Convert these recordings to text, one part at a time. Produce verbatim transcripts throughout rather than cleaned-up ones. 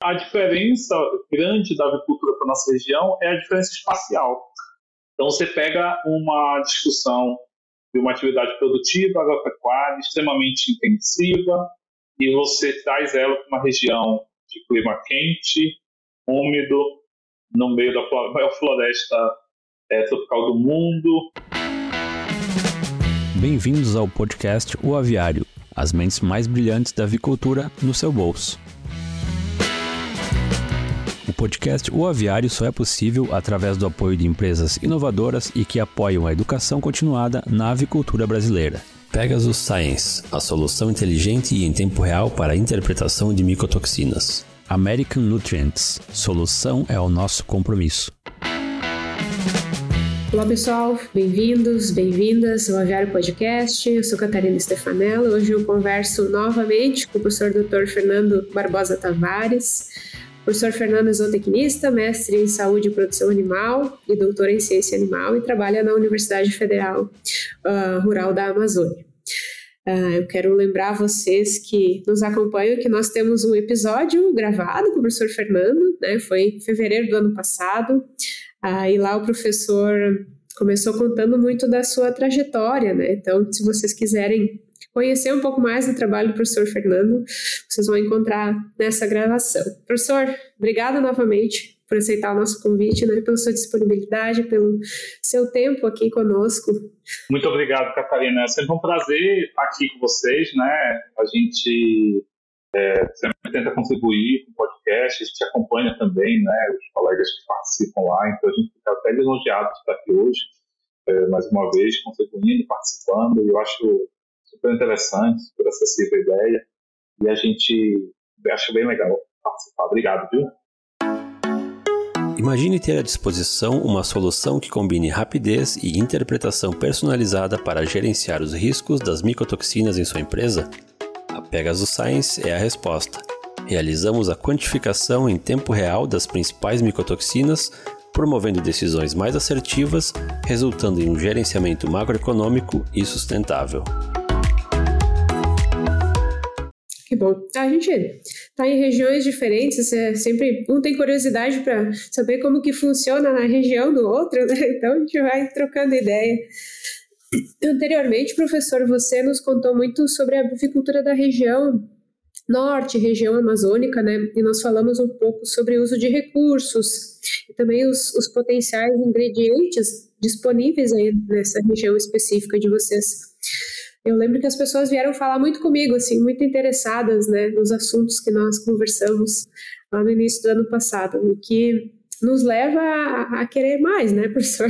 A diferença grande da avicultura para a nossa região é a diferença espacial. Então, você pega uma discussão de uma atividade produtiva, agropecuária, extremamente intensiva, e você traz ela para uma região de clima quente, úmido, no meio da maior floresta é, tropical do mundo. Bem-vindos ao podcast O Aviário, as mentes mais brilhantes da avicultura no seu bolso. O podcast O Aviário só é possível através do apoio de empresas inovadoras e que apoiam a educação continuada na avicultura brasileira. Pegasus Science, a solução inteligente e em tempo real para a interpretação de micotoxinas. American Nutrients, solução é o nosso compromisso. Olá pessoal, bem-vindos, bem-vindas ao Aviário Podcast. Eu sou Catarina Stefanella. Hoje eu converso novamente com o professor doutor Fernando Barbosa Tavares. O professor Fernando é zootecnista, mestre em saúde e produção animal e doutor em ciência animal e trabalha na Universidade Federal uh, Rural da Amazônia. Uh, eu quero lembrar a vocês que nos acompanham que nós temos um episódio gravado com o professor Fernando, né? Foi em fevereiro do ano passado, uh, e lá o professor começou contando muito da sua trajetória, né? Então, se vocês quiserem conhecer um pouco mais do trabalho do professor Fernando, vocês vão encontrar nessa gravação. Professor, obrigada novamente por aceitar o nosso convite, né, pela sua disponibilidade, pelo seu tempo aqui conosco. Muito obrigado, Catarina. É sempre um prazer estar aqui com vocês, né? A gente é, sempre tenta contribuir com o podcast, a gente acompanha também, né, os colegas que participam lá, então a gente fica até lisonjeado de estar aqui hoje, é, mais uma vez, contribuindo, participando, e eu acho super interessante, super acessível a ideia, e a gente acha bem legal participar. Obrigado, viu? Imagine ter à disposição uma solução que combine rapidez e interpretação personalizada para gerenciar os riscos das micotoxinas em sua empresa? A Pegasus Science é a resposta. Realizamos a quantificação em tempo real das principais micotoxinas, promovendo decisões mais assertivas, resultando em um gerenciamento macroeconômico e sustentável. Que bom. A gente está em regiões diferentes, é sempre um tem curiosidade para saber como que funciona na região do outro, né? Então a gente vai trocando ideia. Anteriormente, professor, você nos contou muito sobre a avicultura da região norte, região amazônica, né? E nós falamos um pouco sobre o uso de recursos e também os, os potenciais ingredientes disponíveis aí nessa região específica de vocês. Eu lembro que as pessoas vieram falar muito comigo, assim, muito interessadas, né, nos assuntos que nós conversamos lá no início do ano passado, o que nos leva a, a querer mais, né, professor?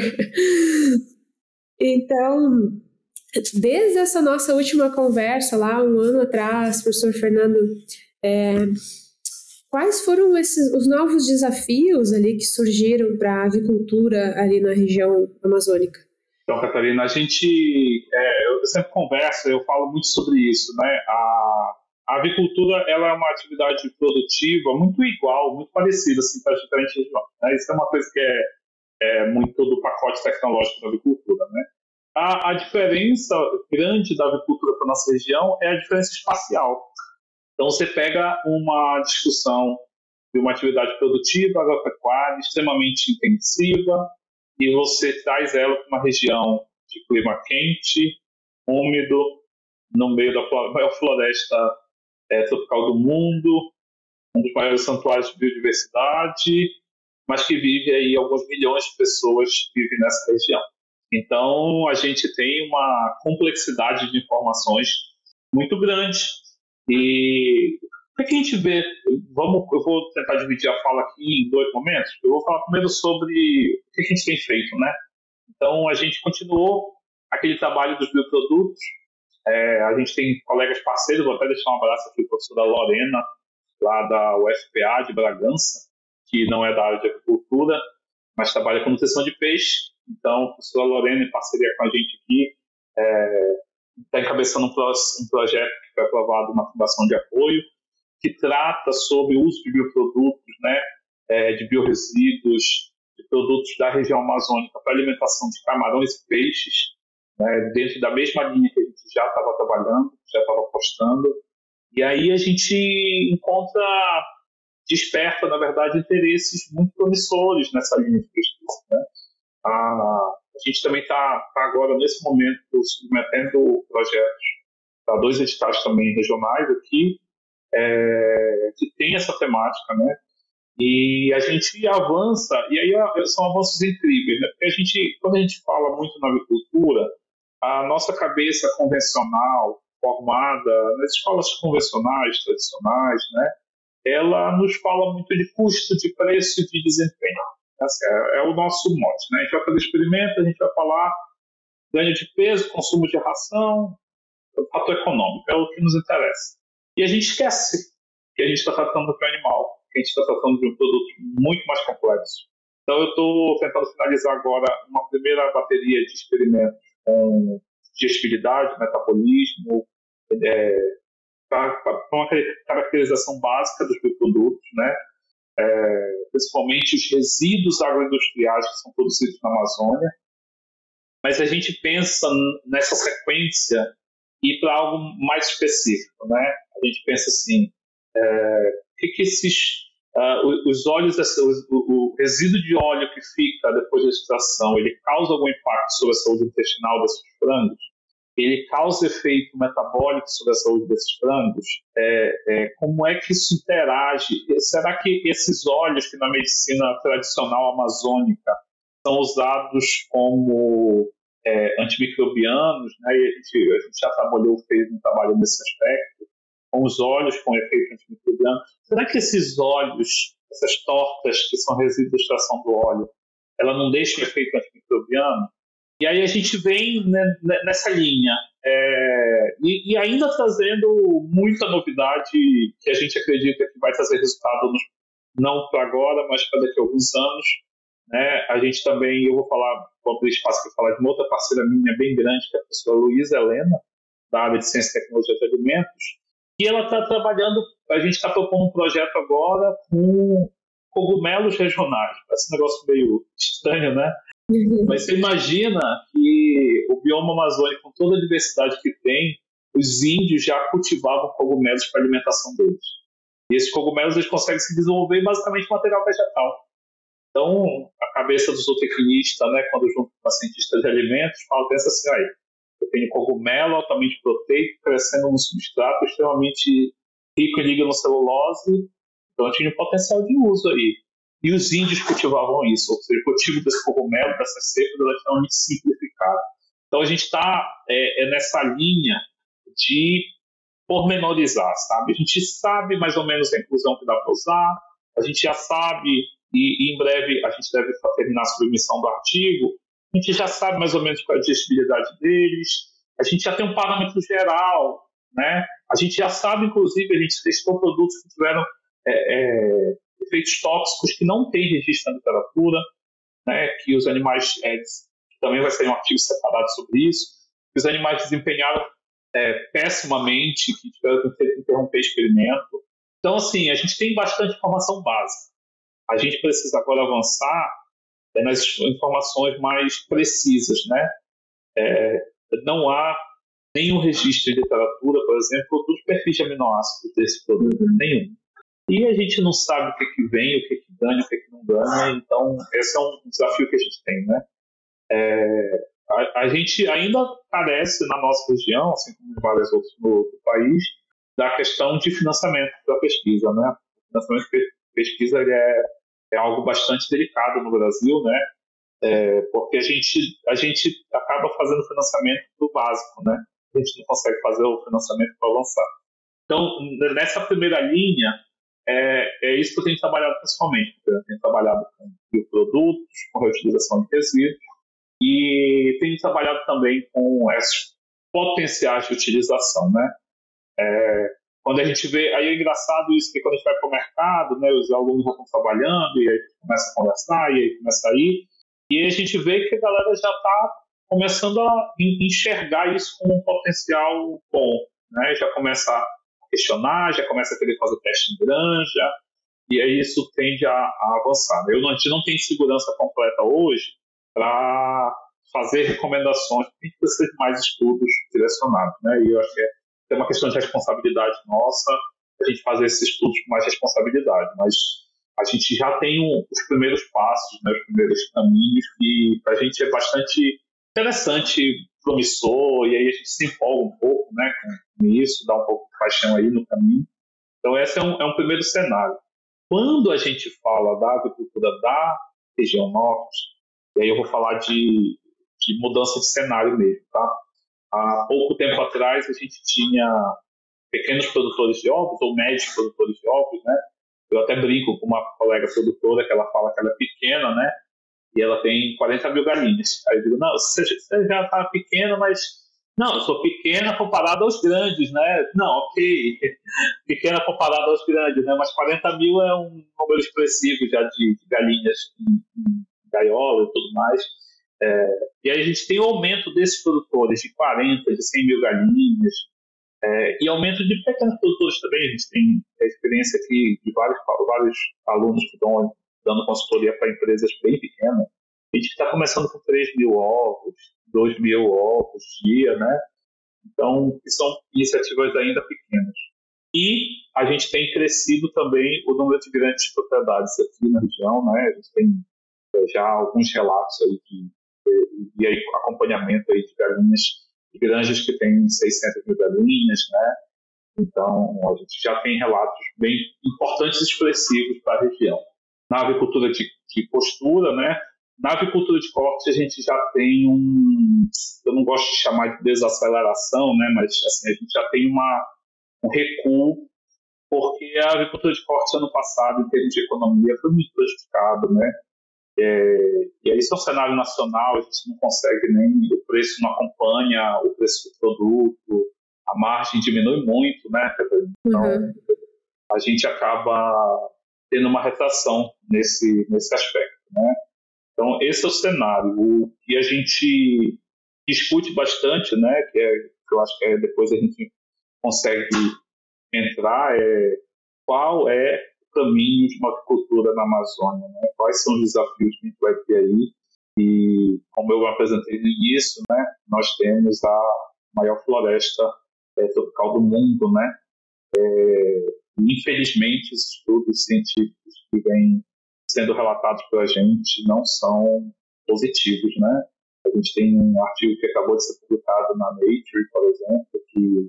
Então, desde essa nossa última conversa lá, um ano atrás, professor Fernando, é, quais foram esses, os novos desafios ali que surgiram para a avicultura ali na região amazônica? Então, Catarina, a gente, é, eu sempre converso, eu falo muito sobre isso, né? A, a avicultura, ela é uma atividade produtiva muito igual, muito parecida, assim, para as diferentes regiões, né? Isso é uma coisa que é, é muito do pacote tecnológico da avicultura, né? A, a diferença grande da avicultura para a nossa região é a diferença espacial. Então, você pega uma discussão de uma atividade produtiva, agropecuária, extremamente intensiva, e você traz ela para uma região de clima quente, úmido, no meio da maior floresta é, tropical do mundo, um dos maiores santuários de biodiversidade, mas que vive aí, alguns milhões de pessoas vivem nessa região. Então, a gente tem uma complexidade de informações muito grande. E o que a gente vê? Vamos, eu vou tentar dividir a fala aqui em dois momentos. Eu vou falar primeiro sobre o que a gente tem feito, né? Então, a gente continuou aquele trabalho dos bioprodutos. É, a gente tem colegas parceiros, vou até deixar um abraço aqui para a professora Lorena, lá da U F P A de Bragança, que não é da área de agricultura, mas trabalha com nutrição de peixe. Então, a professora Lorena, em parceria com a gente aqui, está é, encabeçando um, pro, um projeto que foi aprovado na Fundação de Apoio, que trata sobre o uso de bioprodutos, né, é, de biorresíduos, de produtos da região amazônica para alimentação de camarões e peixes, né, dentro da mesma linha que a gente já estava trabalhando, já estava apostando. E aí a gente encontra desperta, na verdade, interesses muito promissores nessa linha de pesquisa, né? A, a gente também está tá agora, nesse momento, submetendo projetos para dois editais também regionais aqui, é, que tem essa temática, né? E a gente avança, e aí são avanços incríveis, né? Porque a gente, quando a gente fala muito na avicultura, a nossa cabeça convencional, formada nas escolas convencionais, tradicionais, né? Ela nos fala muito de custo, de preço e de desempenho. Assim, é, é o nosso mote, né? A gente vai fazer experimento, a gente vai falar ganho de peso, consumo de ração, fator econômico, é o que nos interessa. E a gente esquece que a gente está tratando de um animal, que a gente está tratando de um produto muito mais complexo. Então eu estou tentando finalizar agora uma primeira bateria de experimentos com digestibilidade, metabolismo, é, para uma caracterização básica dos produtos, né? É, principalmente os resíduos agroindustriais que são produzidos na Amazônia. Mas a gente pensa nessa sequência e para algo mais específico, né? A gente pensa assim, é, o que, que esses, uh, os óleos, o, o resíduo de óleo que fica depois da extração, ele causa algum impacto sobre a saúde intestinal desses frangos? Ele causa efeito metabólico sobre a saúde desses frangos? É, é, como é que isso interage? Será que esses óleos que na medicina tradicional amazônica são usados como é, antimicrobianos, né? E a gente, a gente já trabalhou, fez um trabalho nesse aspecto, com os óleos com efeito antimicrobiano. Será que esses óleos, essas tortas que são resíduos da extração do óleo, ela não deixa o efeito antimicrobiano? E aí a gente vem né, nessa linha, é, e, e ainda trazendo muita novidade que a gente acredita que vai trazer resultado no, não para agora, mas para daqui a alguns anos. Né? A gente também, eu vou falar, vou abrir espaço para falar de uma outra parceira minha bem grande, que é a professora Luísa Helena, da área de Ciência e Tecnologia de Alimentos, e ela está trabalhando, a gente está propondo um projeto agora com cogumelos regionais. Parece um negócio meio estranho, né? Mas você imagina que o bioma amazônico, com toda a diversidade que tem, os índios já cultivavam cogumelos para a alimentação deles. E esses cogumelos eles conseguem se desenvolver basicamente em material vegetal. Então, a cabeça do zootecnista, né, quando junto com a cientista de alimentos, fala, pensa assim, aí, eu tenho cogumelo altamente proteico, crescendo num substrato extremamente rico em lignocelulose, então tinha um potencial de uso aí. E os índios cultivavam isso, ou seja, o cultivo desse cogumelo, dessas cepas, ela é extremamente simplificada. Então a gente está é, é nessa linha de pormenorizar, sabe? A gente sabe mais ou menos a inclusão que dá para usar, a gente já sabe, e, e em breve a gente deve terminar a submissão do artigo, a gente já sabe mais ou menos qual é a digestibilidade deles, a gente já tem um parâmetro geral, né? A gente já sabe, inclusive, a gente testou produtos que tiveram é, é, efeitos tóxicos que não têm registro na literatura, né? Que os animais, é, também vai sair um artigo separado sobre isso, que os animais desempenharam é, pessimamente, que tiveram que interromper experimento. Então, assim, a gente tem bastante informação básica. A gente precisa agora avançar é, nas informações mais precisas, né? É, não há nenhum registro em literatura, por exemplo, dos perfis de aminoácidos desse produto, uhum. nenhum. E a gente não sabe o que, que vem, o que, que ganha, o que, que não ganha, então esse é um desafio que a gente tem, né? É, a, a gente ainda carece na nossa região, assim como em várias outras no, no país, da questão de financiamento da pesquisa, né? O financiamento de pesquisa é, é algo bastante delicado no Brasil, né? É, porque a gente, a gente acaba fazendo financiamento do básico, né? A gente não consegue fazer o financiamento para avançar. Então, nessa primeira linha, é, é isso que eu tenho trabalhado principalmente. Eu tenho trabalhado com bioprodutos, com reutilização de resíduos, e tenho trabalhado também com esses potenciais de utilização, né? É, quando a gente vê, aí é engraçado isso, que quando a gente vai para o mercado, né, os alunos já estão trabalhando, e aí começa a conversar, e aí começa a ir, e aí a gente vê que a galera já está começando a enxergar isso como um potencial bom, né? Já começa a questionar, já começa a querer fazer teste em granja, e aí isso tende a, a avançar. Eu não, a gente não tem segurança completa hoje para fazer recomendações, porque a gente precisa de mais estudos direcionados, né? E eu acho que é, é uma questão de responsabilidade nossa, a gente fazer esses estudos com mais responsabilidade, mas a gente já tem um, os primeiros passos, né, os primeiros caminhos, que para a gente é bastante interessante, promissor, e aí a gente se empolga um pouco, né, com isso, dá um pouco de paixão aí no caminho. Então esse é um, é um primeiro cenário. Quando a gente fala da agricultura da região norte, e aí eu vou falar de, de mudança de cenário mesmo, tá? Há pouco tempo atrás a gente tinha pequenos produtores de ovos, ou médios produtores de ovos, né? Eu até brinco com uma colega produtora que ela fala que ela é pequena, né? E ela tem quarenta mil galinhas. Aí eu digo, não, você, você já está pequena, mas... Não, eu sou pequena comparada aos grandes, né? Não, ok. Pequena comparada aos grandes, né? Mas quarenta mil é um número expressivo já de, de galinhas em, em gaiola e tudo mais. É, e aí a gente tem o aumento desses produtores de quarenta, de cem mil galinhas, é, e aumento de pequenos produtores também. A gente tem a experiência aqui de vários, vários alunos que estão dando consultoria para empresas bem pequenas. A gente está começando com três mil ovos, dois mil ovos dia, né? Então, são iniciativas ainda pequenas. E a gente tem crescido também o número de grandes propriedades aqui na região, né? A gente tem é, já alguns relatos aí de, de, de acompanhamento aí de galinhas, de granjas que têm seiscentas mil galinhas, né? Então, a gente já tem relatos bem importantes e expressivos para a região. Na agricultura de, de postura, né? Na agricultura de corte, a gente já tem um... Eu não gosto de chamar de desaceleração, né? Mas assim, a gente já tem uma, um recuo, porque a agricultura de corte, ano passado, em termos de economia, foi muito prejudicada, né? É, e aí, isso é um cenário nacional, a gente não consegue nem... O preço não acompanha o preço do produto, a margem diminui muito, né? Então, uhum. a gente acaba tendo uma retração nesse, nesse aspecto, né? Então, esse é o cenário. O que a gente discute bastante, né, que, é, que eu acho que é, depois a gente consegue entrar, é qual é o caminho de uma agricultura na Amazônia, né? Quais são os desafios que a gente vai ter aí. E, como eu apresentei no início, né, nós temos a maior floresta é, tropical do mundo, né? É, infelizmente, os estudos científicos que vêm sendo relatados pela gente não são positivos, né? A gente tem um artigo que acabou de ser publicado na Nature, por exemplo, que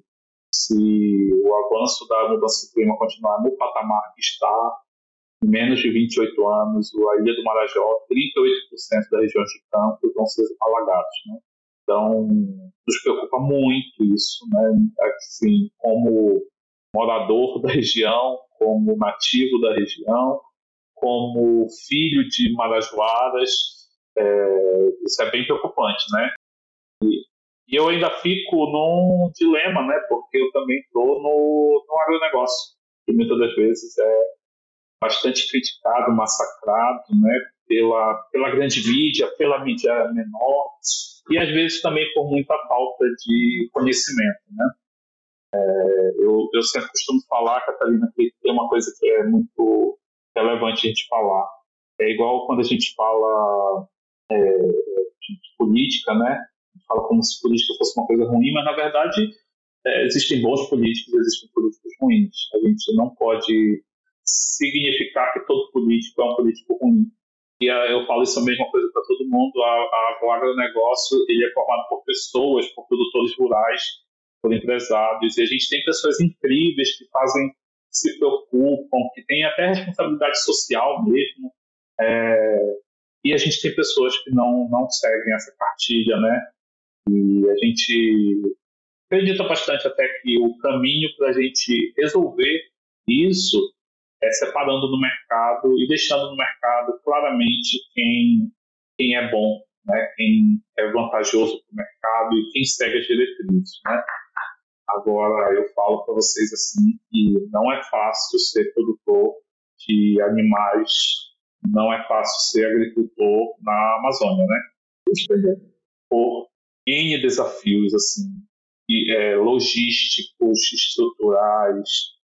se o avanço da mudança do clima continuar no patamar que está, em menos de vinte e oito anos, a Ilha do Marajó, trinta e oito por cento das regiões de campo vão ser alagados, né? Então, nos preocupa muito isso, né? Assim, como morador da região, como nativo da região, como filho de marajoaras, é, isso é bem preocupante, né? E, e eu ainda fico num dilema, né? Porque eu também estou no, no agronegócio, que muitas das vezes é bastante criticado, massacrado, né? Pela, pela grande mídia, pela mídia menor, e às vezes também por muita falta de conhecimento, né? É, eu, eu sempre costumo falar, Catarina, que tem uma coisa que é muito relevante a gente falar. É igual quando a gente fala é, de política, né? A gente fala como se política fosse uma coisa ruim, mas na verdade é, existem bons políticos, existem políticos ruins. A gente não pode significar que todo político é um político ruim. E a, eu falo isso a mesma coisa para todo mundo. A, a, o agronegócio ele é formado por pessoas, por produtores rurais, por empresários, e a gente tem pessoas incríveis que fazem, se preocupam, que têm até responsabilidade social mesmo, é, e a gente tem pessoas que não, não seguem essa cartilha, né? E a gente acredita bastante até que o caminho para a gente resolver isso é separando no mercado e deixando no mercado claramente quem, quem é bom, né? Quem é vantajoso para o mercado e quem segue as diretrizes, né? Agora, eu falo para vocês assim que não é fácil ser produtor de animais, não é fácil ser agricultor na Amazônia, né? Uhum. Por N desafios, assim, e, é, logísticos, estruturais,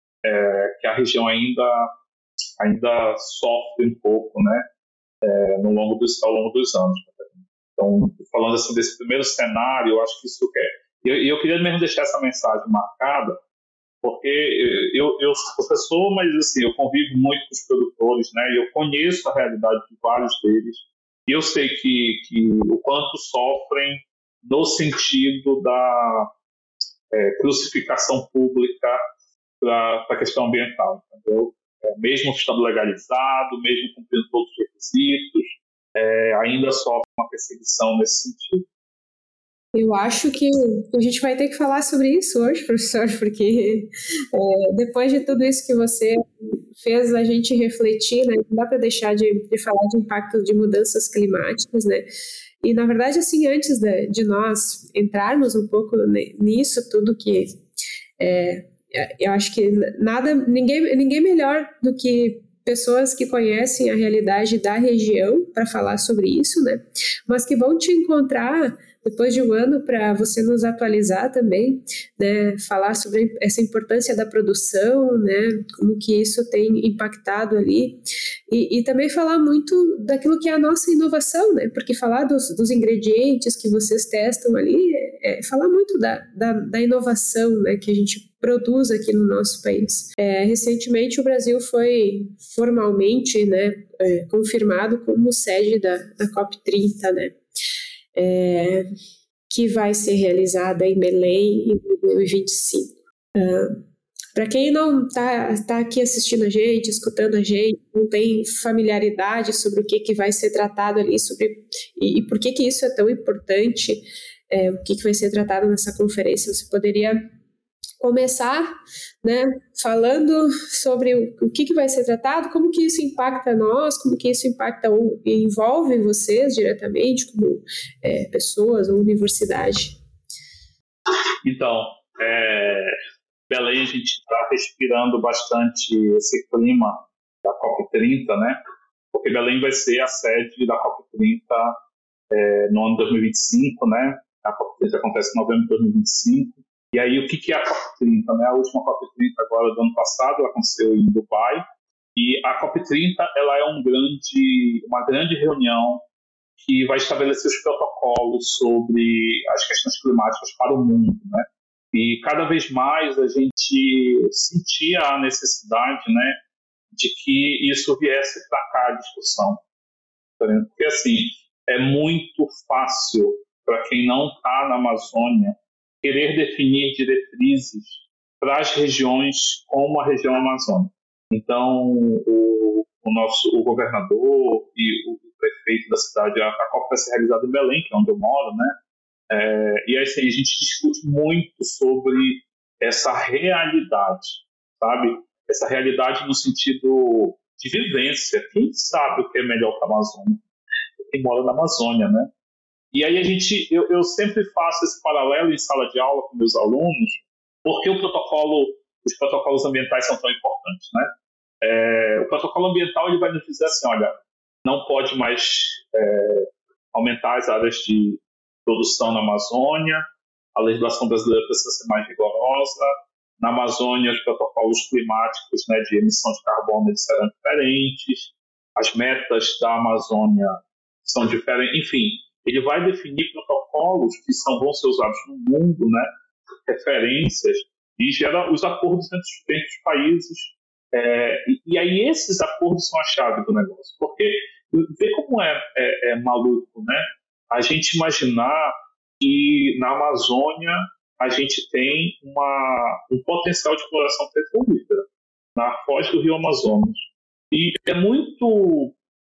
é, que a região ainda, ainda sofre um pouco, né? É, no longo dos, ao longo dos anos. Então, falando assim desse primeiro cenário, eu acho que isso é... E eu, eu queria mesmo deixar essa mensagem marcada, Porque eu, eu sou professor, mas assim, eu convivo muito com os produtores, né? E eu conheço a realidade de vários deles. E eu sei que, que o quanto sofrem no sentido da é, crucificação pública para a questão ambiental, entendeu? É, mesmo estando legalizado, mesmo cumprindo todos os requisitos, é, ainda sofre uma perseguição nesse sentido. Eu acho que a gente vai ter que falar sobre isso hoje, professor, porque é, depois de tudo isso que você fez a gente refletir, né, não dá para deixar de, de falar de impacto de mudanças climáticas, né? E, na verdade, assim, antes de, de nós entrarmos um pouco nisso tudo que é, eu acho que nada, ninguém, ninguém melhor do que pessoas que conhecem a realidade da região para falar sobre isso, né? Mas que vão te encontrar depois de um ano para você nos atualizar também, né? Falar sobre essa importância da produção, né? Como que isso tem impactado ali e, e também falar muito daquilo que é a nossa inovação, né? Porque falar dos, dos ingredientes que vocês testam ali é, é falar muito da, da, da inovação, né? Que a gente produz aqui no nosso país. É, recentemente o Brasil foi formalmente, né, é, confirmado como sede da, da COP trinta, né, é, que vai ser realizada em Belém em dois mil e vinte e cinco. Uh, Para quem não está tá aqui assistindo a gente, escutando a gente, não tem familiaridade sobre o que, que vai ser tratado ali, sobre, e, e por que, que isso é tão importante, é, o que, que vai ser tratado nessa conferência, você poderia começar, né, falando sobre o, o que, que vai ser tratado, como que isso impacta nós, como que isso impacta ou envolve vocês diretamente, como é, pessoas ou universidade. Então, é, Belém, a gente está respirando bastante esse clima da COP trinta, né? Porque Belém vai ser a sede da COP trinta é, no ano de dois mil e vinte e cinco, né? A COP trinta acontece em novembro de dois mil e vinte e cinco. E aí, o que é a COP trinta? Né? A última COP trinta agora do ano passado, ela aconteceu em Dubai. E a COP trinta ela é um grande, uma grande reunião que vai estabelecer os protocolos sobre as questões climáticas para o mundo, né? E cada vez mais a gente sentia a necessidade, né, de que isso viesse para cá a discussão. Porque, assim, é muito fácil para quem não está na Amazônia querer definir diretrizes para as regiões como a região amazônica. Então, o, o nosso o governador e o prefeito da cidade, a, a COP vai ser realizada em Belém, que é onde eu moro, né? É, e assim, a gente discute muito sobre essa realidade, sabe? Essa realidade no sentido de vivência. Quem sabe o que é melhor para a Amazônia? Quem mora na Amazônia, né? E aí a gente, eu, eu sempre faço esse paralelo em sala de aula com meus alunos, porque o protocolo, os protocolos ambientais são tão importantes, né? É, o protocolo ambiental ele vai nos dizer assim, olha, não pode mais é, aumentar as áreas de produção na Amazônia, a legislação brasileira precisa ser mais rigorosa, na Amazônia os protocolos climáticos, né, de emissão de carbono eles serão diferentes, as metas da Amazônia são diferentes, enfim, ele vai definir protocolos que são, vão ser usados no mundo, né, referências, e gera os acordos entre os, entre os países, é, e, e aí esses acordos são a chave do negócio, porque vê como é, é, é maluco, né? A gente imaginar que na Amazônia a gente tem uma, um potencial de exploração petrolífera na foz do Rio Amazonas. E é muito,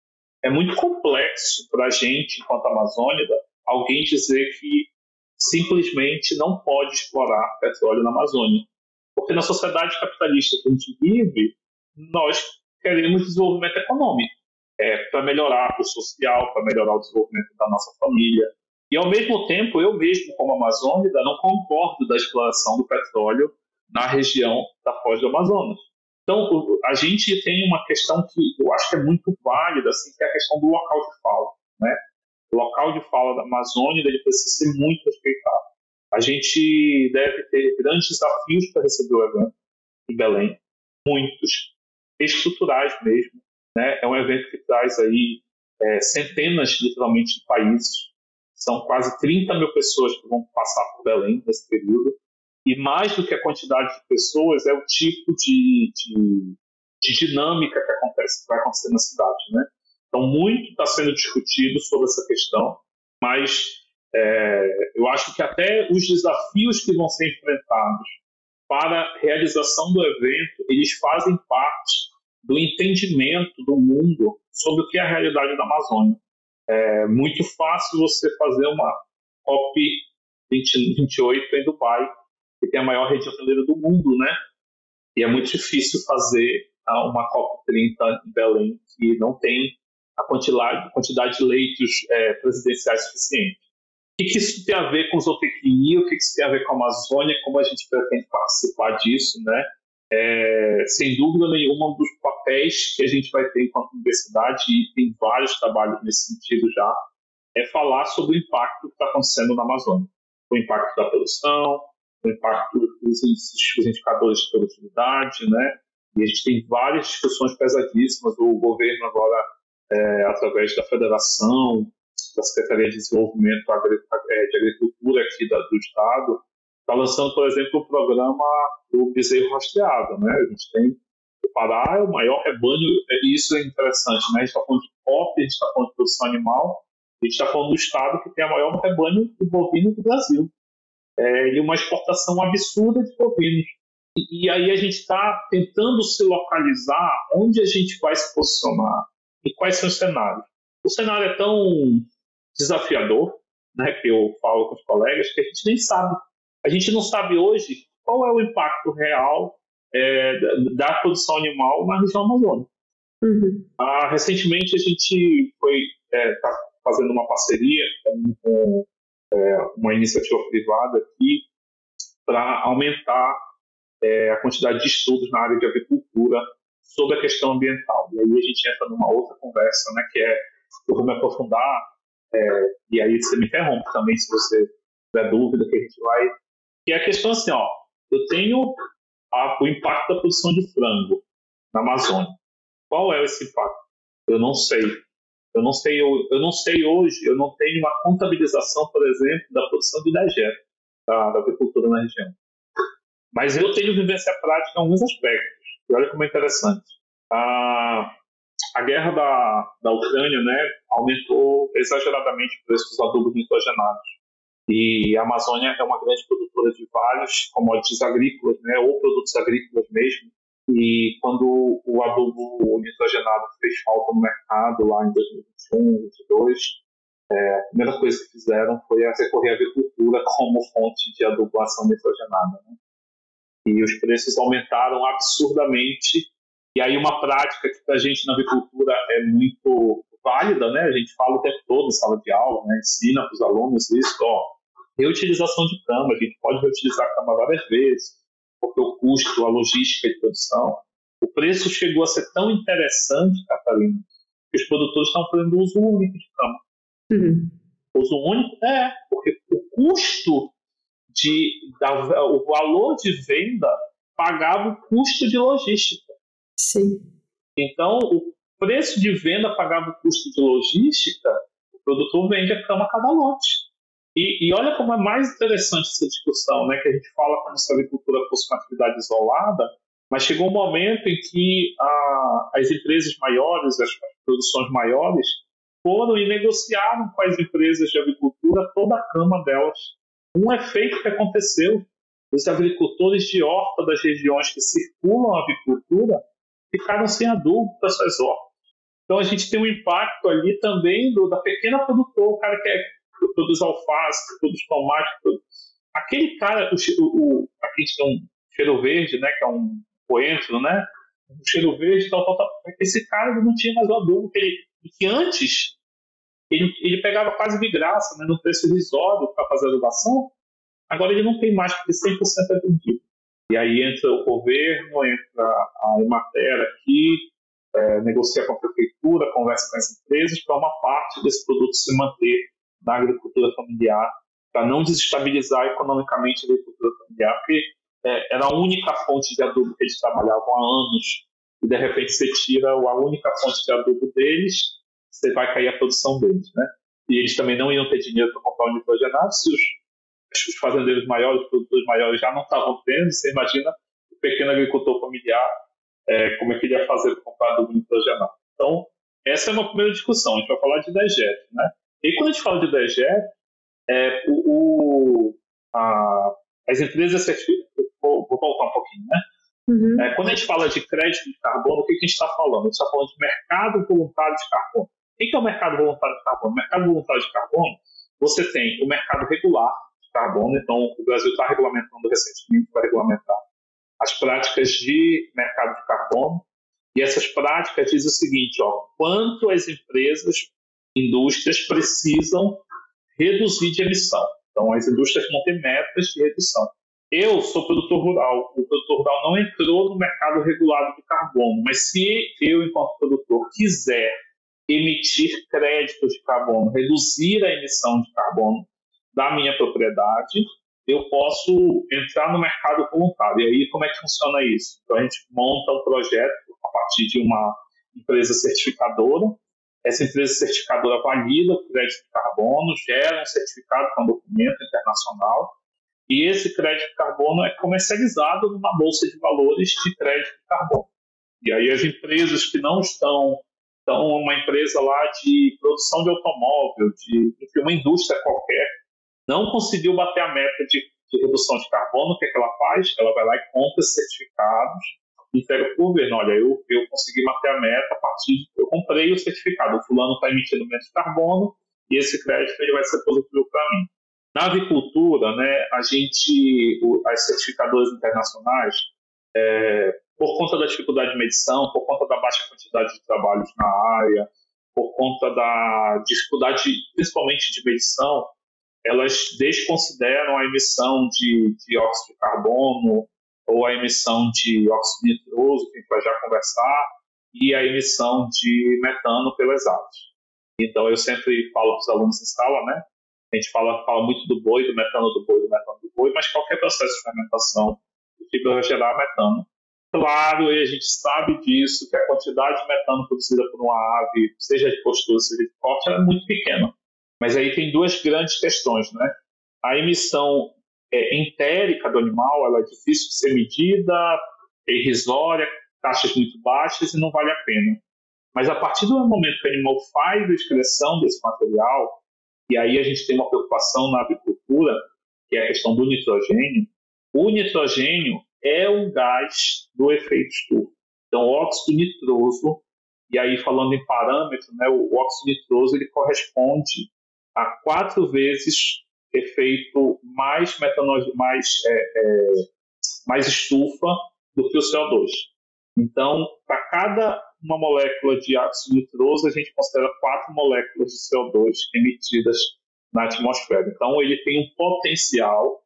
é muito complexo para a gente, enquanto amazônida, alguém dizer que simplesmente não pode explorar petróleo na Amazônia. Porque na sociedade capitalista que a gente vive, nós queremos desenvolvimento econômico. É, para melhorar o social, para melhorar o desenvolvimento da nossa família. E, ao mesmo tempo, eu mesmo, como amazônida, não concordo da exploração do petróleo na região da Foz do Amazonas. Então, a gente tem uma questão que eu acho que é muito válida, assim, que é a questão do local de fala, né? O local de fala da Amazônia ele precisa ser muito respeitado. A gente deve ter grandes desafios para receber o evento em Belém, muitos, estruturais mesmo. Né? É um evento que traz aí é, centenas, literalmente, de países. São quase trinta mil pessoas que vão passar por Belém nesse período. E mais do que a quantidade de pessoas, é o tipo de, de, de dinâmica que acontece, que vai acontecer na cidade, né? Então, muito está sendo discutido sobre essa questão, mas é, eu acho que até os desafios que vão ser enfrentados para a realização do evento, eles fazem parte do entendimento do mundo sobre o que é a realidade da Amazônia. É muito fácil você fazer uma COP vinte e oito em Dubai, que tem a maior rede hoteleira do mundo, né? E é muito difícil fazer uma COP trinta em Belém, que não tem a quantidade, quantidade de leitos é, presidenciais suficiente. O que, que isso tem a ver com zootecnia? O que, que isso tem a ver com a Amazônia? Como a gente pretende participar disso, né? É, sem dúvida nenhuma, um dos papéis que a gente vai ter enquanto universidade, e tem vários trabalhos nesse sentido já, é falar sobre o impacto que está acontecendo na Amazônia. O impacto da produção, o impacto dos indicadores de produtividade, né? E a gente tem várias discussões pesadíssimas. O governo agora, é, através da Federação, da Secretaria de Desenvolvimento de Agricultura aqui da, do Estado, está lançando, por exemplo, o programa do bezerro rastreado, né? A gente tem o Pará, é o maior rebanho, e isso é interessante, né? A gente está falando de C O P, a gente está falando de produção animal, a gente está falando do Estado que tem o maior rebanho de bovino do Brasil. É, e uma exportação absurda de bovinos. E, e aí a gente está tentando se localizar onde a gente vai se posicionar e quais são os cenários. O cenário é tão desafiador, né, que eu falo com os colegas, que a gente nem sabe. A gente não sabe hoje qual é o impacto real é, da, da produção animal na região amazônica. Uhum. Ah, recentemente a gente foi é, tá fazendo uma parceria com, com é, uma iniciativa privada aqui para aumentar é, a quantidade de estudos na área de agricultura sobre a questão ambiental. E aí a gente entra numa outra conversa, né, que é, eu vou me aprofundar, é, e aí você me interrompe também se você tiver dúvida, que a gente vai... Que é a questão assim, ó, eu tenho a, o impacto da produção de frango na Amazônia. Qual é esse impacto? Eu não sei. Eu não sei, eu, eu não sei hoje, eu não tenho uma contabilização, por exemplo, da produção de IDAGE, da, da agricultura na região. Mas eu tenho vivência prática em alguns aspectos. E olha como é interessante. A, a guerra da, da Ucrânia, né, aumentou exageradamente o preço dos adubos nitrogenados. E a Amazônia é uma grande produtora de vários commodities agrícolas, né, ou produtos agrícolas mesmo. E quando o adubo nitrogenado fez falta no mercado, lá em dois mil e vinte e um, dois mil e vinte e dois, é, a primeira coisa que fizeram foi recorrer à agricultura como fonte de adubação nitrogenada, né? E os preços aumentaram absurdamente. E aí uma prática que para a gente na agricultura é muito válida, né? A gente fala o tempo todo em sala de aula, né? Ensina para os alunos isso, ó, reutilização de cama, a gente pode reutilizar a cama várias vezes, porque o custo, a logística de produção, o preço chegou a ser tão interessante, Catarina, que os produtores estão fazendo uso único de cama. Uhum. Uso único? É, porque o custo, de, da, o valor de venda pagava o custo de logística. Sim. Então, o preço de venda pagava o custo de logística, o produtor vende a cama a cada lote. E, e olha como é mais interessante essa discussão, né, que a gente fala como se a agricultura fosse uma atividade isolada, mas chegou um momento em que a, as empresas maiores, as, as produções maiores, foram e negociaram com as empresas de agricultura toda a cama delas. Um efeito que aconteceu, os agricultores de horta das regiões que circulam a agricultura ficaram sem adubo para suas hortas. Então a gente tem um impacto ali também do, da pequena produtora, o cara que é que produz alface, que produz tomate, que produz... aquele cara, o, o, aqui a gente tem um cheiro verde, né, que é um coentro, né, um cheiro verde, tal, tal, tal. Esse cara ele não tinha mais o adubo que, ele, que antes ele, ele pegava quase de graça, né, no preço irrisório para fazer a adubação, agora ele não tem mais, porque cem por cento é vendido. E aí entra o governo, entra a Emater aqui, é, negocia com a prefeitura, conversa com as empresas para uma parte desse produto se manter na agricultura familiar, para não desestabilizar economicamente a agricultura familiar, porque é, era a única fonte de adubo que eles trabalhavam há anos, e de repente você tira a única fonte de adubo deles, você vai cair a produção deles, né? E eles também não iam ter dinheiro para comprar o nitrogenado, se os os fazendeiros maiores, os produtores maiores já não estavam tendo. Você imagina o pequeno agricultor familiar, é, como é que ele ia fazer para comprar adubo nitrogenado. Então, essa é uma primeira discussão. A gente vai falar de dejeto, né? E quando a gente fala de dejeto, é, o, o, a, as empresas certificadas... Vou, vou voltar um pouquinho, né? Uhum. É, quando a gente fala de crédito de carbono, o que, que a gente está falando? A gente está falando de mercado voluntário de carbono. O que é o mercado voluntário de carbono? O mercado voluntário de carbono, você tem o mercado regular de carbono. Então, o Brasil está regulamentando recentemente, vai regulamentar as práticas de mercado de carbono. E essas práticas dizem o seguinte, ó, quanto as empresas, indústrias precisam reduzir de emissão. Então, as indústrias vão ter metas de redução. Eu sou produtor rural. O produtor rural não entrou no mercado regulado de carbono, mas se eu, enquanto produtor, quiser emitir créditos de carbono, reduzir a emissão de carbono da minha propriedade, eu posso entrar no mercado voluntário. E aí, como é que funciona isso? Então, a gente monta um projeto a partir de uma empresa certificadora. Essa empresa certificadora valida o crédito de carbono, gera um certificado com um documento internacional, e esse crédito de carbono é comercializado numa bolsa de valores de crédito de carbono. E aí as empresas que não estão, então uma empresa lá de produção de automóvel, de, de uma indústria qualquer, não conseguiu bater a meta de, de redução de carbono, o que, é que ela faz? Ela vai lá e compra certificados e entrega para o governo. Olha, eu, eu consegui bater a meta a partir de... Eu comprei o certificado, o fulano está emitindo menos carbono e esse crédito ele vai ser positivo para mim. Na avicultura, né, a gente, as certificadoras internacionais, é, por conta da dificuldade de medição, por conta da baixa quantidade de trabalhos na área, por conta da dificuldade, principalmente de medição, elas desconsideram a emissão de dióxido de carbono ou a emissão de óxido nitroso, que a gente vai já conversar, e a emissão de metano pelas aves. Então, eu sempre falo para os alunos em sala, né? A gente fala, fala muito do boi, do metano do boi, do metano do boi, mas qualquer processo de fermentação vai gerar metano. Claro, e a gente sabe disso, que a quantidade de metano produzida por uma ave, seja de postura, seja de corte, ela é muito pequena. Mas aí tem duas grandes questões, né? A emissão é, entérica do animal, ela é difícil de ser medida, é irrisória, taxas muito baixas e não vale a pena. Mas a partir do momento que o animal faz a excreção desse material, e aí a gente tem uma preocupação na avicultura, que é a questão do nitrogênio. O nitrogênio é um gás do efeito estufa. Então, o óxido nitroso, e aí falando em parâmetro, né, o óxido nitroso ele corresponde a quatro vezes efeito mais metanol, mais, é, é, mais estufa do que o C O dois. Então, para cada uma molécula de óxido nitroso, a gente considera quatro moléculas de C O dois emitidas na atmosfera. Então, ele tem um potencial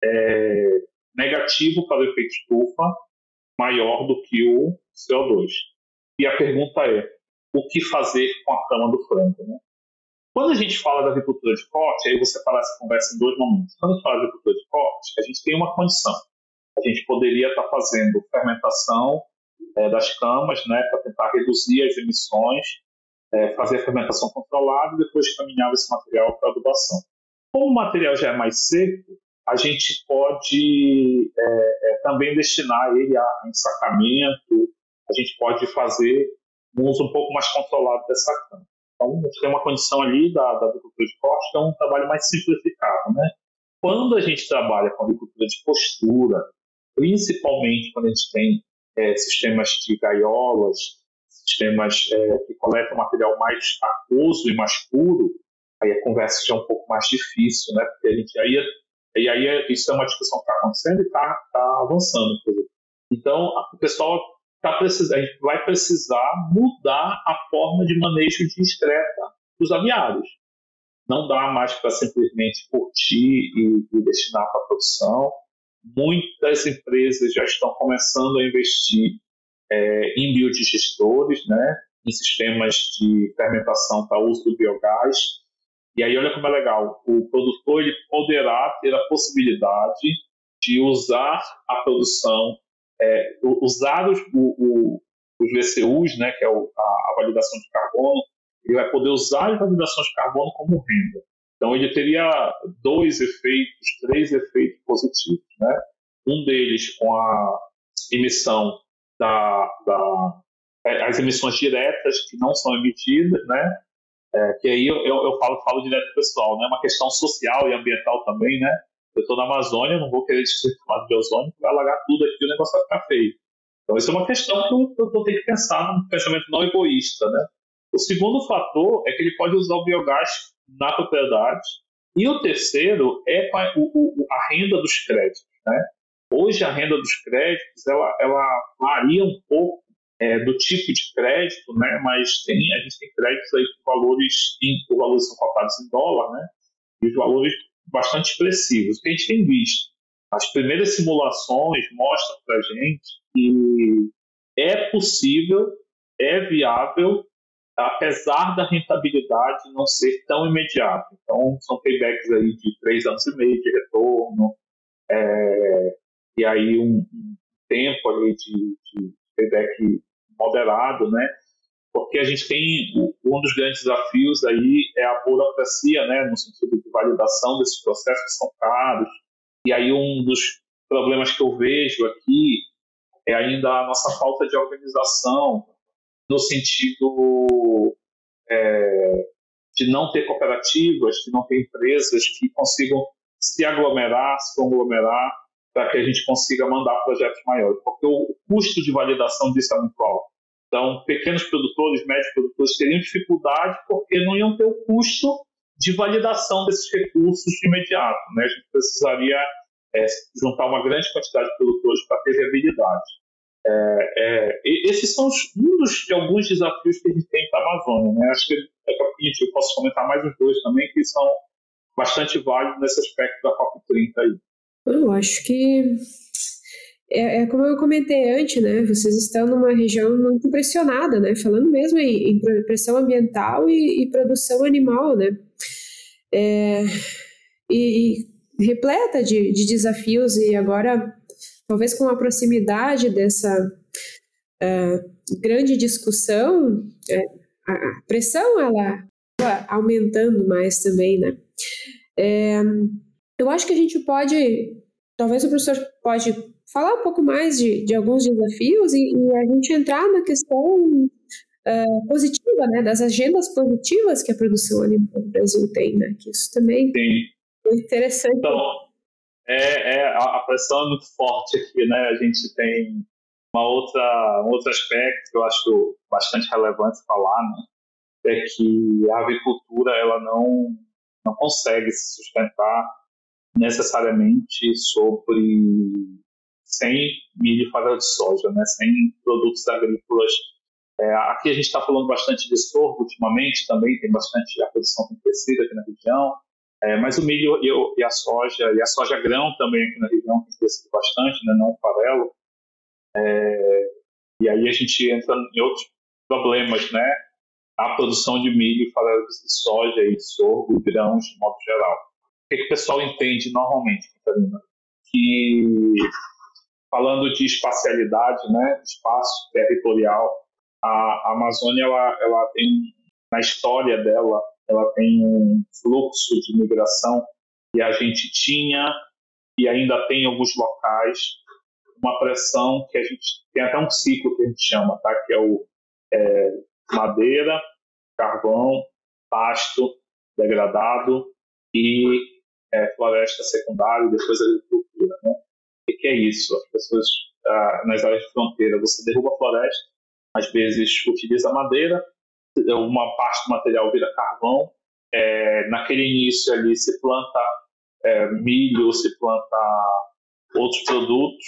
é, negativo para o efeito estufa maior do que o C O dois. E a pergunta é, o que fazer com a cama do frango, né? Quando a gente fala da agricultura de corte, aí você para essa conversa em dois momentos. Quando a gente fala de agricultura de corte, a gente tem uma condição. A gente poderia estar fazendo fermentação é, das camas, né, para tentar reduzir as emissões, é, fazer a fermentação controlada e depois caminhar esse material para adubação. Como o material já é mais seco, a gente pode é, é, também destinar ele a ensacamento, a gente pode fazer um uso um pouco mais controlado dessa cama. Então, a gente tem uma condição ali da, da agricultura de corte, que é um trabalho mais simplificado, né? Quando a gente trabalha com agricultura de postura, principalmente quando a gente tem é, sistemas de gaiolas, sistemas é, que coletam material mais aquoso e mais puro, aí a conversa já é um pouco mais difícil, né? Porque a gente aí, e aí isso é uma discussão que está acontecendo e está tá avançando. Então, o pessoal tá precisando, a gente vai precisar mudar a forma de manejo de excreta dos aviários. Não dá mais para simplesmente curtir e, e destinar para a produção. Muitas empresas já estão começando a investir é, em biodigestores, né, em sistemas de fermentação para uso do biogás. E aí, olha como é legal, o produtor ele poderá ter a possibilidade de usar a produção, é, usar os, o, o, os V C Us, né, que é o, a, a validação de carbono, ele vai poder usar as validações de carbono como renda. Então, ele teria dois efeitos, três efeitos positivos, né? Um deles com a emissão da, da as emissões diretas que não são emitidas, né? É, que aí eu, eu, eu falo, falo direto pro pessoal, né? Uma questão social e ambiental também, né? Eu estou na Amazônia, não vou querer destruir o camada de ozônio, vai alagar tudo aqui, o negócio vai ficar feio. Então, isso é uma questão que eu, eu, eu tenho que pensar num pensamento não egoísta, né? O segundo fator é que ele pode usar o biogás na propriedade. E o terceiro é a, o, o, a renda dos créditos, né? Hoje, a renda dos créditos, ela, ela varia um pouco é, do tipo de crédito, né? Mas tem, a gente tem créditos aí com valores, em, valores são cotados em dólar, né? E os valores bastante expressivos. O que a gente tem visto? As primeiras simulações mostram para a gente que é possível, é viável, apesar da rentabilidade não ser tão imediata. Então, são paybacks aí de três anos e meio de retorno, é, e aí um, um tempo ali de, de payback moderado, né? Porque a gente tem, um dos grandes desafios aí é a burocracia, né? No sentido de validação desses processos que são caros. E aí um dos problemas que eu vejo aqui é ainda a nossa falta de organização, no sentido é, de não ter cooperativas, de não ter empresas que consigam se aglomerar, se conglomerar, para que a gente consiga mandar projetos maiores. Porque o custo de validação disso é muito alto. Então, pequenos produtores, médios produtores teriam dificuldade porque não iam ter o custo de validação desses recursos de imediato, né? A gente precisaria é, juntar uma grande quantidade de produtores para ter viabilidade. É, é, esses são os, um dos, de alguns desafios que a gente tem para a Amazônia, né? Acho que daqui a pouco eu posso comentar mais uns dois também, que são bastante válidos nesse aspecto da COP trinta aí. Eu acho que é, é como eu comentei antes, né? Vocês estão numa região muito pressionada, né? Falando mesmo em, em pressão ambiental e, e produção animal, né? É, e, e repleta de, de desafios, e agora, talvez com a proximidade dessa uh, grande discussão, é, a pressão ela, ela aumentando mais também, né? É, eu acho que a gente pode, talvez o professor pode falar um pouco mais de, de alguns desafios e, e a gente entrar na questão uh, positiva, né, das agendas positivas que a produção animal no Brasil tem, né, que isso também Sim. é interessante. Então, é, é, a pressão é muito forte aqui, né, a gente tem uma outra, um outro aspecto que eu acho bastante relevante falar, né, é que a avicultura ela não, não consegue se sustentar necessariamente sobre sem milho e farelo de soja, né? Sem produtos agrícolas. É, aqui a gente está falando bastante de sorgo ultimamente, também tem bastante, a produção tem crescido aqui na região, é, mas o milho e, e a soja, e a soja grão também aqui na região tem crescido bastante, né? Não o farelo. É, e aí a gente entra em outros problemas, né? A produção de milho, farelo de soja e sorgo, grãos de modo geral. O que, que o pessoal entende normalmente, Catarina? Que, falando de espacialidade, né, espaço territorial, a Amazônia ela, ela tem, na história dela, ela tem um fluxo de migração e a gente tinha e ainda tem em alguns locais uma pressão que a gente tem até um ciclo que a gente chama, tá? Que é o é, madeira, carvão, pasto degradado e é, floresta secundária e depois agricultura, né? O que é isso? As pessoas, ah, nas áreas de fronteira, você derruba a floresta, às vezes utiliza madeira, uma parte do material vira carvão, é, naquele início ali se planta é, milho, se planta outros produtos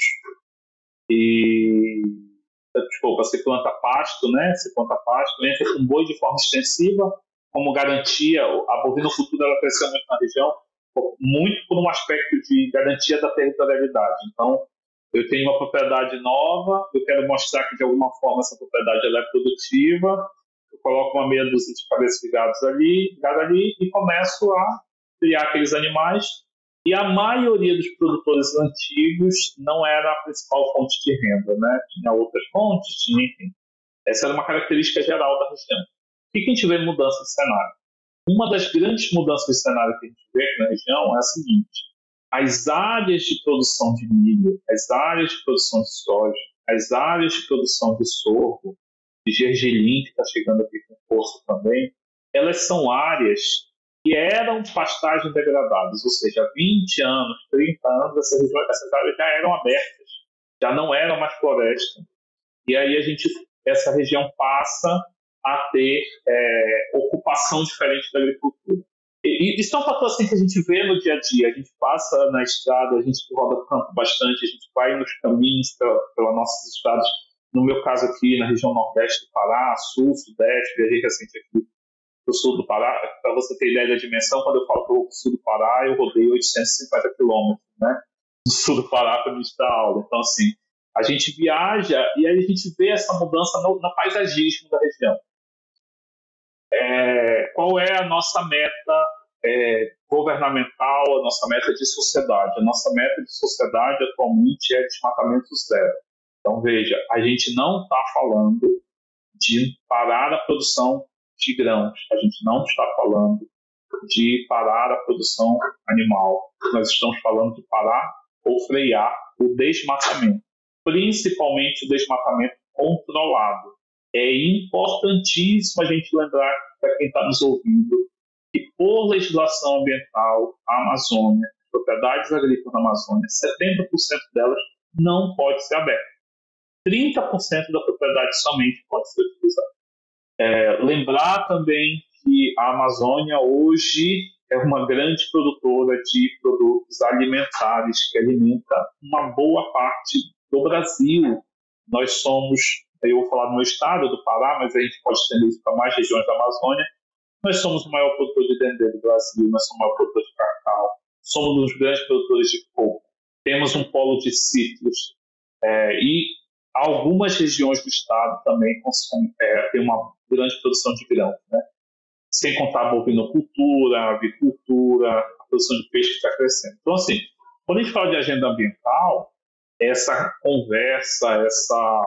e, desculpa, se planta pasto, né? Se planta pasto, entra com boi de forma extensiva, como garantia, a bovinocultura ela cresceu muito na região, muito por um aspecto de garantia da territorialidade. Então, eu tenho uma propriedade nova, eu quero mostrar que de alguma forma essa propriedade ela é produtiva, eu coloco uma meia dúzia de cabeças de gados ali, gado ali e começo a criar aqueles animais. E a maioria dos produtores antigos não era a principal fonte de renda, né? Tinha outras fontes, tinha, enfim. Essa era uma característica geral da região. O que a gente vê em mudança de cenário? uma das grandes mudanças de cenário que a gente vê aqui na região é a seguinte: as áreas de produção de milho, as áreas de produção de soja, as áreas de produção de sorgo, de gergelim, que está chegando aqui com força também, elas são áreas que eram pastagens degradadas, ou seja, há vinte anos, trinta anos, essas, regiões, essas áreas já eram abertas, já não eram mais floresta. E aí a gente, essa região passa a ter é, ocupação diferente da agricultura. E, e isso é um fator assim que a gente vê no dia a dia. A gente passa na estrada, a gente roda o campo bastante, a gente vai nos caminhos pela, pela nossos estados. No meu caso aqui, na região nordeste do Pará, sul, sudeste, viajei recente aqui para o sul do Pará. Para você ter ideia da dimensão, quando eu falo do sul do Pará, eu rodei oitocentos e cinquenta quilômetros, né, do sul do Pará para ministrar aula. Então, assim, a gente viaja e aí a gente vê essa mudança no, no paisagismo da região. É, qual é a nossa meta é, governamental, a nossa meta de sociedade? A nossa meta de sociedade atualmente é desmatamento zero. Então, veja, a gente não está falando de parar a produção de grãos, a gente não está falando de parar a produção animal, nós estamos falando de parar ou frear o desmatamento, principalmente o desmatamento controlado. É importantíssimo a gente lembrar para quem está nos ouvindo que, por legislação ambiental, a Amazônia, as propriedades agrícolas da Amazônia, setenta por cento delas não pode ser aberta. trinta por cento da propriedade somente pode ser utilizada. É, lembrar também que a Amazônia hoje é uma grande produtora de produtos alimentares que alimenta uma boa parte do Brasil. Nós somos, eu vou falar no meu estado do Pará, mas a gente pode estender isso para mais regiões da Amazônia. Nós somos o maior produtor de dendê do Brasil, nós somos o maior produtor de cacau, somos um dos grandes produtores de coco, temos um polo de cítricos é, e algumas regiões do estado também consomem, é, tem uma grande produção de grão, né? Sem contar a bovinocultura, a avicultura, a produção de peixe que está crescendo. Então, assim, quando a gente fala de agenda ambiental, essa conversa, essa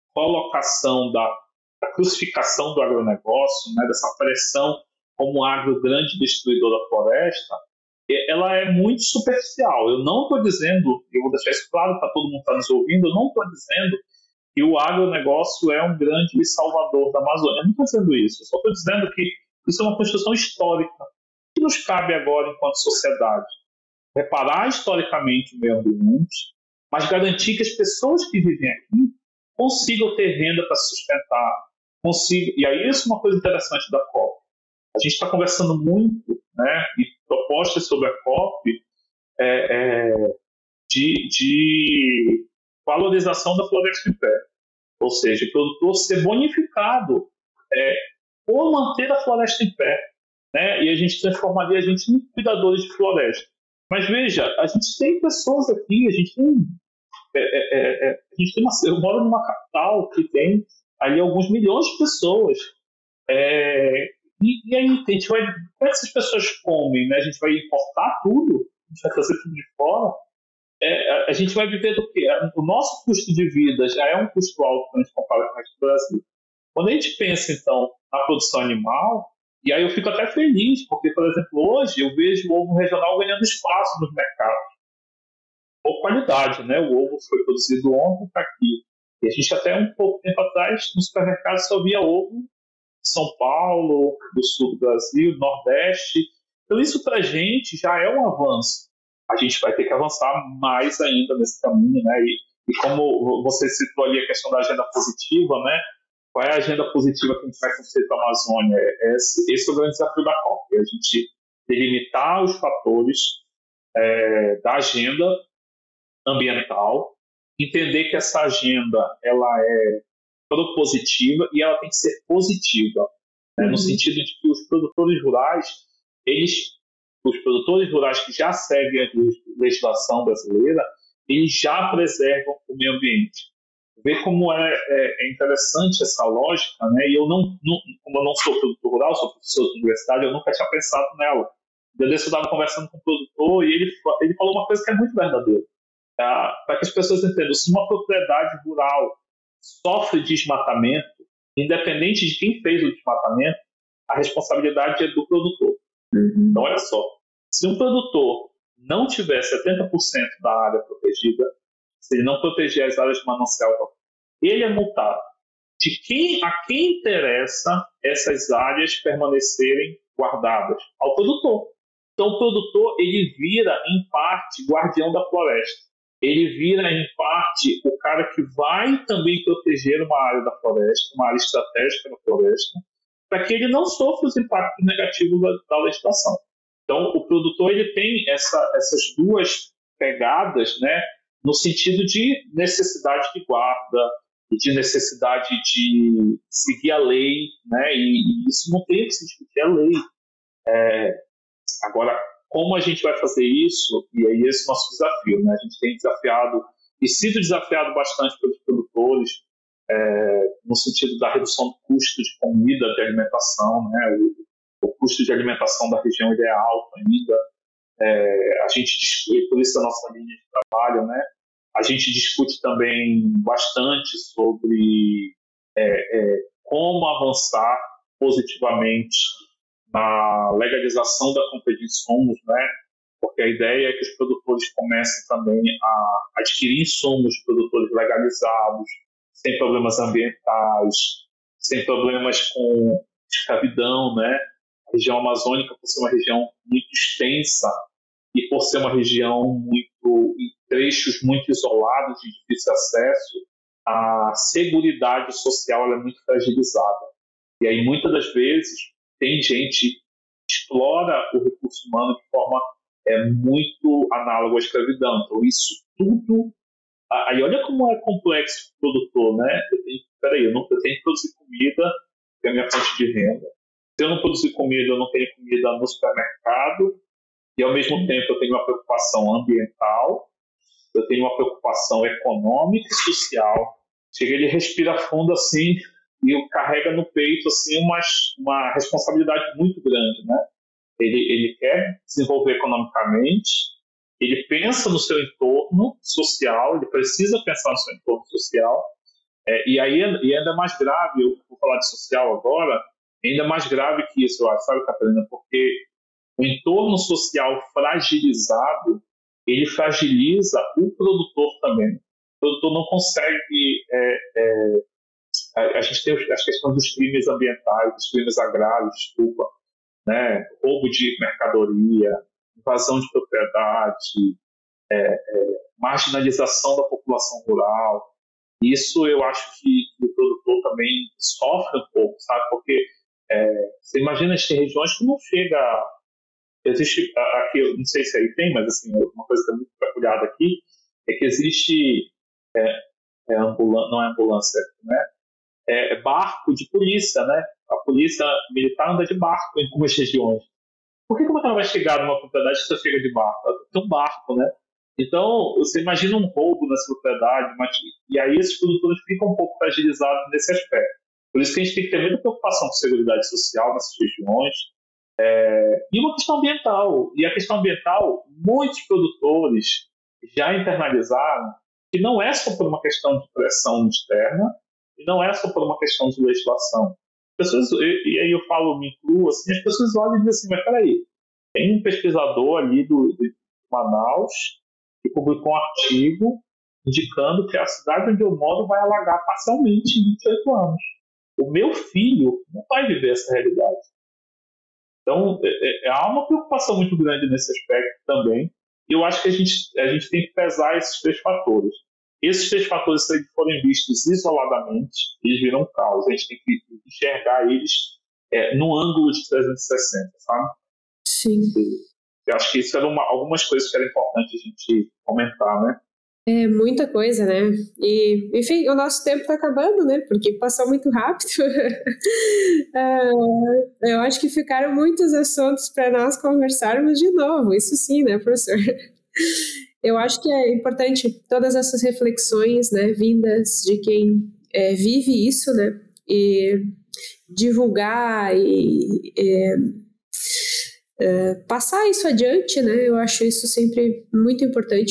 colocação da, da crucificação do agronegócio, né, dessa pressão como um agro grande destruidor da floresta, ela é muito superficial. Eu não estou dizendo, eu vou deixar isso claro para todo mundo que está nos ouvindo, eu não estou dizendo que o agronegócio é um grande salvador da Amazônia. Eu não estou dizendo isso. Eu só estou dizendo que isso é uma construção histórica que nos cabe agora enquanto sociedade. Reparar historicamente o meio ambiente, mas garantir que as pessoas que vivem aqui consigam ter renda para se sustentar. Consigam... E aí isso é uma coisa interessante da COP. A gente está conversando muito, né, e propostas sobre a COP é, é, de, de valorização da floresta em pé. Ou seja, o produtor ser bonificado é, por manter a floresta em pé. Né, e a gente transformaria a gente em cuidadores de floresta. Mas veja, a gente tem pessoas aqui, a gente tem... É, é, é, a gente tem uma, eu moro numa capital que tem ali alguns milhões de pessoas. É, e, e aí, a gente vai, como é que essas pessoas comem? Né? A gente vai importar tudo? A gente vai trazer tudo de fora? É, a, a gente vai viver do quê? O nosso custo de vida já é um custo alto quando a gente compara com o resto do Brasil. Quando a gente pensa, então, na produção animal, e aí eu fico até feliz, porque, por exemplo, hoje eu vejo o ovo regional ganhando espaço nos mercados. Ou qualidade, né? O ovo foi produzido ontem, está aqui. E a gente até um pouco tempo atrás, no supermercado, só via ovo de São Paulo, do sul do Brasil, do Nordeste. Então isso para a gente já é um avanço. A gente vai ter que avançar mais ainda nesse caminho, né? E, e como você citou ali a questão da agenda positiva, né? Qual é a agenda positiva que a gente vai construir para a Amazônia? Esse, esse é o grande desafio da COP. É a gente delimitar os fatores é, da agenda ambiental, entender que essa agenda ela é propositiva e ela tem que ser positiva, né? Uhum. No sentido de que os produtores rurais, eles, os produtores rurais que já seguem a legislação brasileira, eles já preservam o meio ambiente. Ver como é, é, é interessante essa lógica, né? E eu não, não, como eu não sou produtor rural, sou professor de universidade, eu nunca tinha pensado nela. Eu estava conversando com o produtor e ele, ele falou uma coisa que é muito verdadeira. Tá? Para que as pessoas entendam, se uma propriedade rural sofre desmatamento, independente de quem fez o desmatamento, a responsabilidade é do produtor. Uhum. Então, olha só, se um produtor não tiver setenta por cento da área protegida, se ele não proteger as áreas de manancial, ele é multado. De quem, a quem interessa essas áreas permanecerem guardadas? Ao produtor. Então, o produtor, ele vira, em parte, guardião da floresta. Ele vira, em parte, o cara que vai também proteger uma área da floresta, uma área estratégica da floresta, para que ele não sofra os impactos negativos da, da legislação. Então, o produtor ele tem essa, essas duas pegadas, né, no sentido de necessidade de guarda, de necessidade de seguir a lei, né, e, e isso não tem que se discutir a lei. É, agora, como a gente vai fazer isso? E aí esse é o nosso desafio, né? A gente tem desafiado e sido desafiado bastante pelos produtores, é, no sentido da redução do custo de comida, de alimentação, né? O, o custo de alimentação da região ele é alto ainda. É, a gente discute, por isso a nossa linha de trabalho, né? A gente discute também bastante sobre é, é, como avançar positivamente na legalização da compra de insumos, né? Porque a ideia é que os produtores comecem também a adquirir insumos de produtores legalizados, sem problemas ambientais, sem problemas com escravidão, né? A região amazônica, por ser uma região muito extensa e por ser uma região muito em trechos muito isolados, de difícil acesso, a seguridade social ela é muito fragilizada. E aí, muitas das vezes, tem gente que explora o recurso humano de forma é, muito análoga à escravidão. Então, isso tudo... Aí, olha como é complexo o produtor, né? Eu tenho, peraí, eu, não, eu tenho que produzir comida, que é a minha fonte de renda. Se eu não produzir comida, eu não tenho comida no supermercado. E, ao mesmo tempo, eu tenho uma preocupação ambiental, eu tenho uma preocupação econômica e social. Chega, ele respira fundo assim... e carrega no peito assim, uma, uma responsabilidade muito grande, né? Ele, ele quer desenvolver economicamente, ele pensa no seu entorno social, ele precisa pensar no seu entorno social, é, e aí e ainda mais grave, eu vou falar de social agora, ainda mais grave que isso, eu acho, sabe, Catarina? Porque o entorno social fragilizado, ele fragiliza o produtor também. O produtor não consegue... É, é, a gente tem as questões dos crimes ambientais, dos crimes agrários, desculpa, né? Roubo de mercadoria, invasão de propriedade, é, é, marginalização da população rural. Isso eu acho que, que o produtor também sofre um pouco, sabe? Porque é, você imagina, a gente tem regiões que não chega... Existe, aqui, não sei se aí tem, mas assim, uma coisa que é muito peculiar aqui é que existe... É, é ambulância, não é ambulância, né? É barco de polícia, né? A polícia militar anda de barco em algumas regiões. Por que como ela vai chegar numa propriedade que só chega de barco? Tem um barco, né? Então, você imagina um roubo nessa propriedade, e aí esses produtores ficam um pouco fragilizados nesse aspecto. Por isso que a gente tem que ter muita preocupação com seguridade social nessas regiões. É... E uma questão ambiental. E a questão ambiental, muitos produtores já internalizaram que não é só por uma questão de pressão externa, e não é só por uma questão de legislação. As pessoas, e aí eu falo, me incluo, assim, as pessoas olham e dizem assim, mas peraí, tem um pesquisador ali do, do Manaus que publicou um artigo indicando que a cidade onde eu moro vai alagar parcialmente em vinte e oito anos. O meu filho não vai viver essa realidade. Então, é, é, há uma preocupação muito grande nesse aspecto também, e eu acho que a gente, a gente tem que pesar esses três fatores. Esses três fatores, se eles forem vistos isoladamente, eles viram um caos. A gente tem que enxergar eles é, no ângulo de trezentos e sessenta, sabe? Sim. Eu acho que isso eram uma, algumas coisas que era importante a gente comentar, né? É muita coisa, né? E, enfim, o nosso tempo está acabando, né? Porque passou muito rápido. uh, eu acho que ficaram muitos assuntos para nós conversarmos de novo. Isso sim, né, professor? Eu acho que é importante todas essas reflexões, né, vindas de quem é, vive isso, né, e divulgar e é, é, passar isso adiante, né, eu acho isso sempre muito importante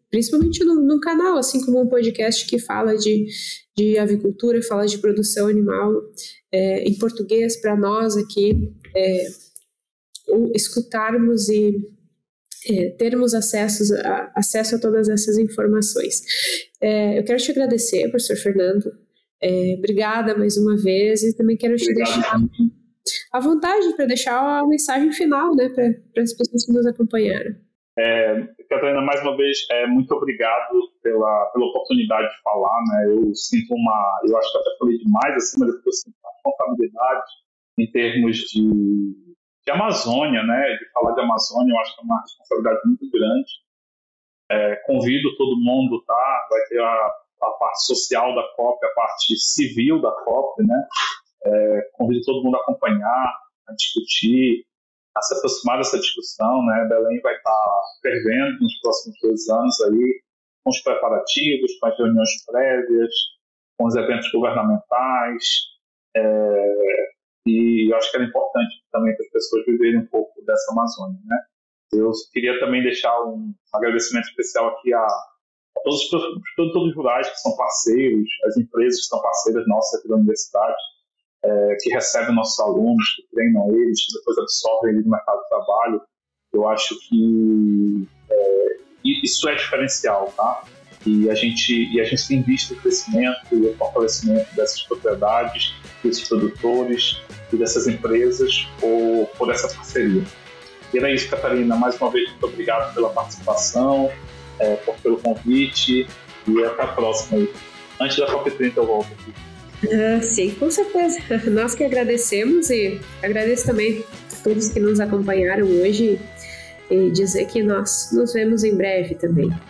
principalmente num, num canal, assim como um podcast que fala de, de avicultura, fala de produção animal, é, em português, para nós aqui, é, escutarmos e é, termos acesso a, acesso a todas essas informações. É, eu quero te agradecer, professor Fernando, é, obrigada mais uma vez, e também quero te Obrigado. deixar à vontade para deixar a mensagem final, né, para as pessoas que nos acompanharam. É, Catarina, mais uma vez, é, muito obrigado pela, pela oportunidade de falar, né? Eu sinto uma, eu acho que até falei demais, assim, mas eu sinto uma responsabilidade em termos de, de Amazônia, né? De falar de Amazônia, eu acho que é uma responsabilidade muito grande. É, convido todo mundo, tá? Vai ter a, a parte social da C O P, a parte civil da C O P, né? É, convido todo mundo a acompanhar, a discutir, a se aproximar dessa discussão, né? Belém vai estar fervendo nos próximos dois anos aí, com os preparativos, com as reuniões prévias, com os eventos governamentais, é, e eu acho que era importante também para as pessoas viverem um pouco dessa Amazônia, né? Eu queria também deixar um agradecimento especial aqui a, a todos os produtores rurais que são parceiros, as empresas que são parceiras nossas aqui da universidade, É, que recebem nossos alunos, que treinam eles, que depois absorvem eles no mercado de trabalho. Eu acho que é, isso é diferencial, tá? E a gente, e a gente tem visto o crescimento e o fortalecimento dessas propriedades, desses produtores e dessas empresas por, por essa parceria. E era isso, Catarina. Mais uma vez, muito obrigado pela participação, é, por, pelo convite, e até a próxima. Antes da C O P trinta eu volto aqui. Ah, sim, com certeza. Nós que agradecemos, e agradeço também a todos que nos acompanharam hoje, e dizer que nós nos vemos em breve também.